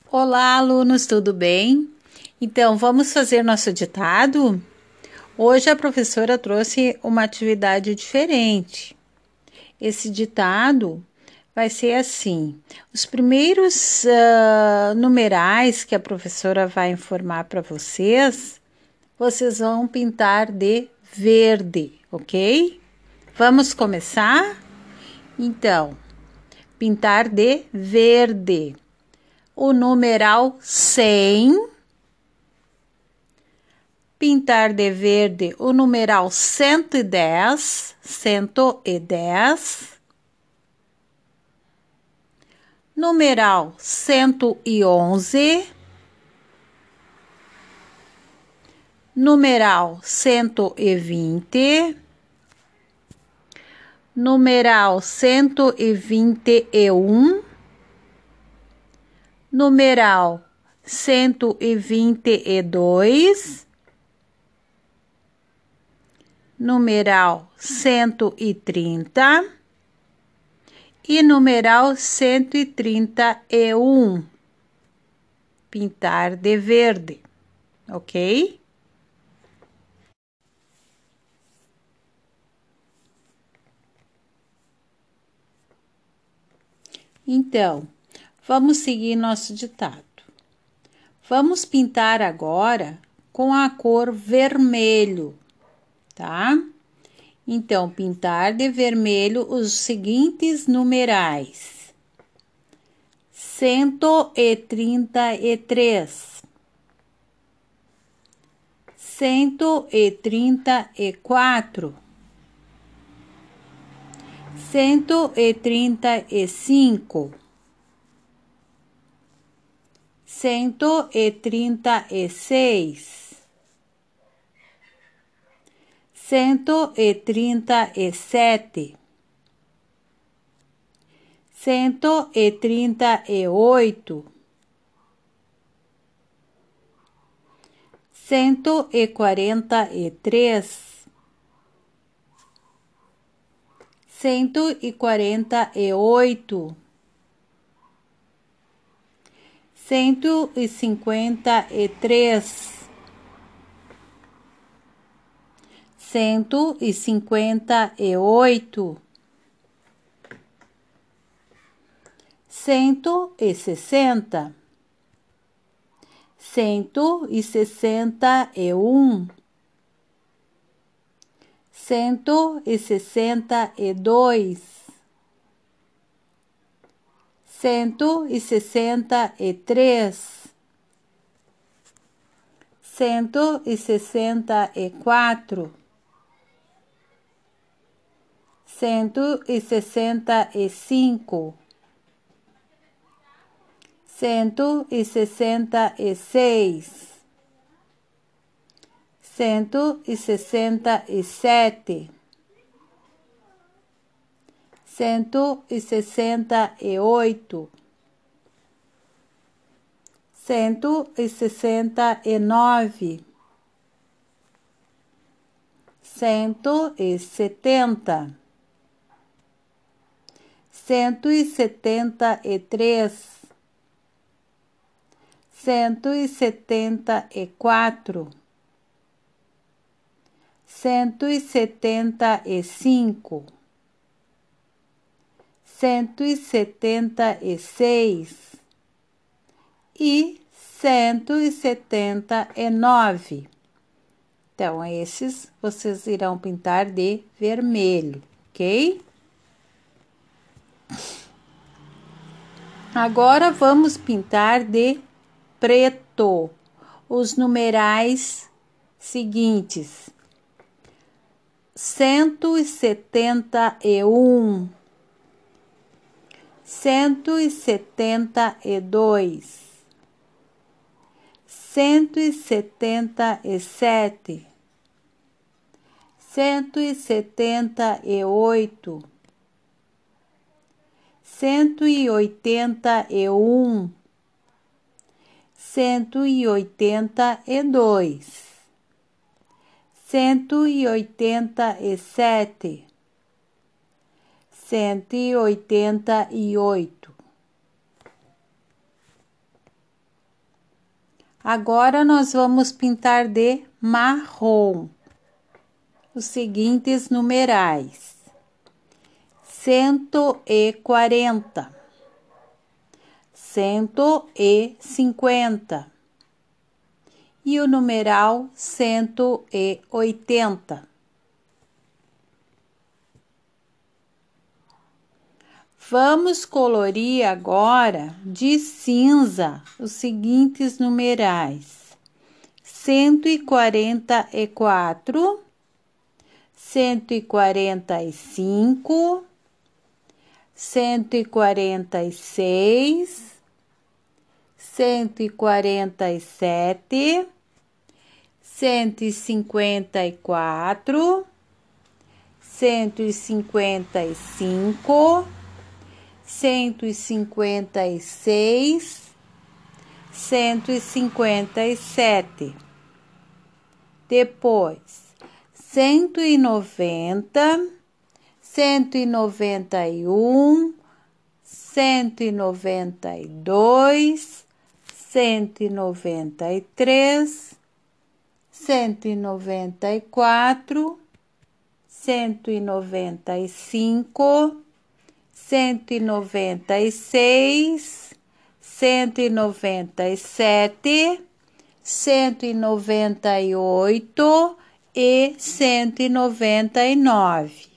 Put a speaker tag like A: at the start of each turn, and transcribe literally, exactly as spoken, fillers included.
A: Olá, alunos, tudo bem? Então, vamos fazer nosso ditado? Hoje a professora trouxe uma atividade diferente. Esse ditado vai ser assim: os primeiros uh, numerais que a professora vai informar para vocês, vocês vão pintar de verde, ok? Vamos começar? Então, pintar de verde. O numeral cem, pintar de verde o numeral cento e dez, cento e dez, numeral cento e onze, numeral cento e vinte, numeral cento e vinte e um, numeral cento e vinte e dois, numeral cento e trinta e numeral cento e trinta e um. Pintar de verde, ok? Então, vamos seguir nosso ditado. Vamos pintar agora com a cor vermelho, tá? Então, pintar de vermelho os seguintes numerais: cento e trinta e três, cento e trinta e quatro, cento e trinta e cinco, cento e trinta e seis, cento e trinta e sete, cento e trinta e oito, cento e quarenta e três, cento e quarenta e oito, cento e cinquenta e três, cento e cinquenta e oito, cento e sessenta, cento e sessenta e um, cento e sessenta e dois, cento e sessenta e três, cento e sessenta e quatro, cento e sessenta e cinco, cento e sessenta e seis, cento e sessenta e sete, cento e sessenta e oito, cento e sessenta e nove, cento e setenta, cento e setenta e três, cento e setenta e quatro, cento e setenta e cinco, cento e setenta e seis e cento e setenta e nove. Então, esses vocês irão pintar de vermelho, ok? Agora vamos pintar de preto os numerais seguintes: cento e setenta e um, cento e setenta e dois, cento e setenta e sete, cento e setenta e oito, cento e oitenta e um, cento e oitenta e dois, cento e oitenta e sete, cento e oitenta e oito. Agora, nós vamos pintar de marrom os seguintes numerais: cento e quarenta, cento e cinquenta e o numeral cento e oitenta. Vamos colorir agora de cinza os seguintes numerais: cento e quarenta e quatro, cento e quarenta e cinco, cento e quarenta e seis, cento e quarenta e sete, cento e cinquenta e quatro, cento e cinquenta e cinco, cento e cinquenta e seis, cento e cinquenta e sete. Depois, cento e noventa, cento e noventa e um, cento e noventa e dois, cento e noventa e três, cento e noventa e quatro, cento e noventa e cinco, cento e noventa e seis, cento e noventa e sete, cento e noventa e oito e cento e noventa e nove.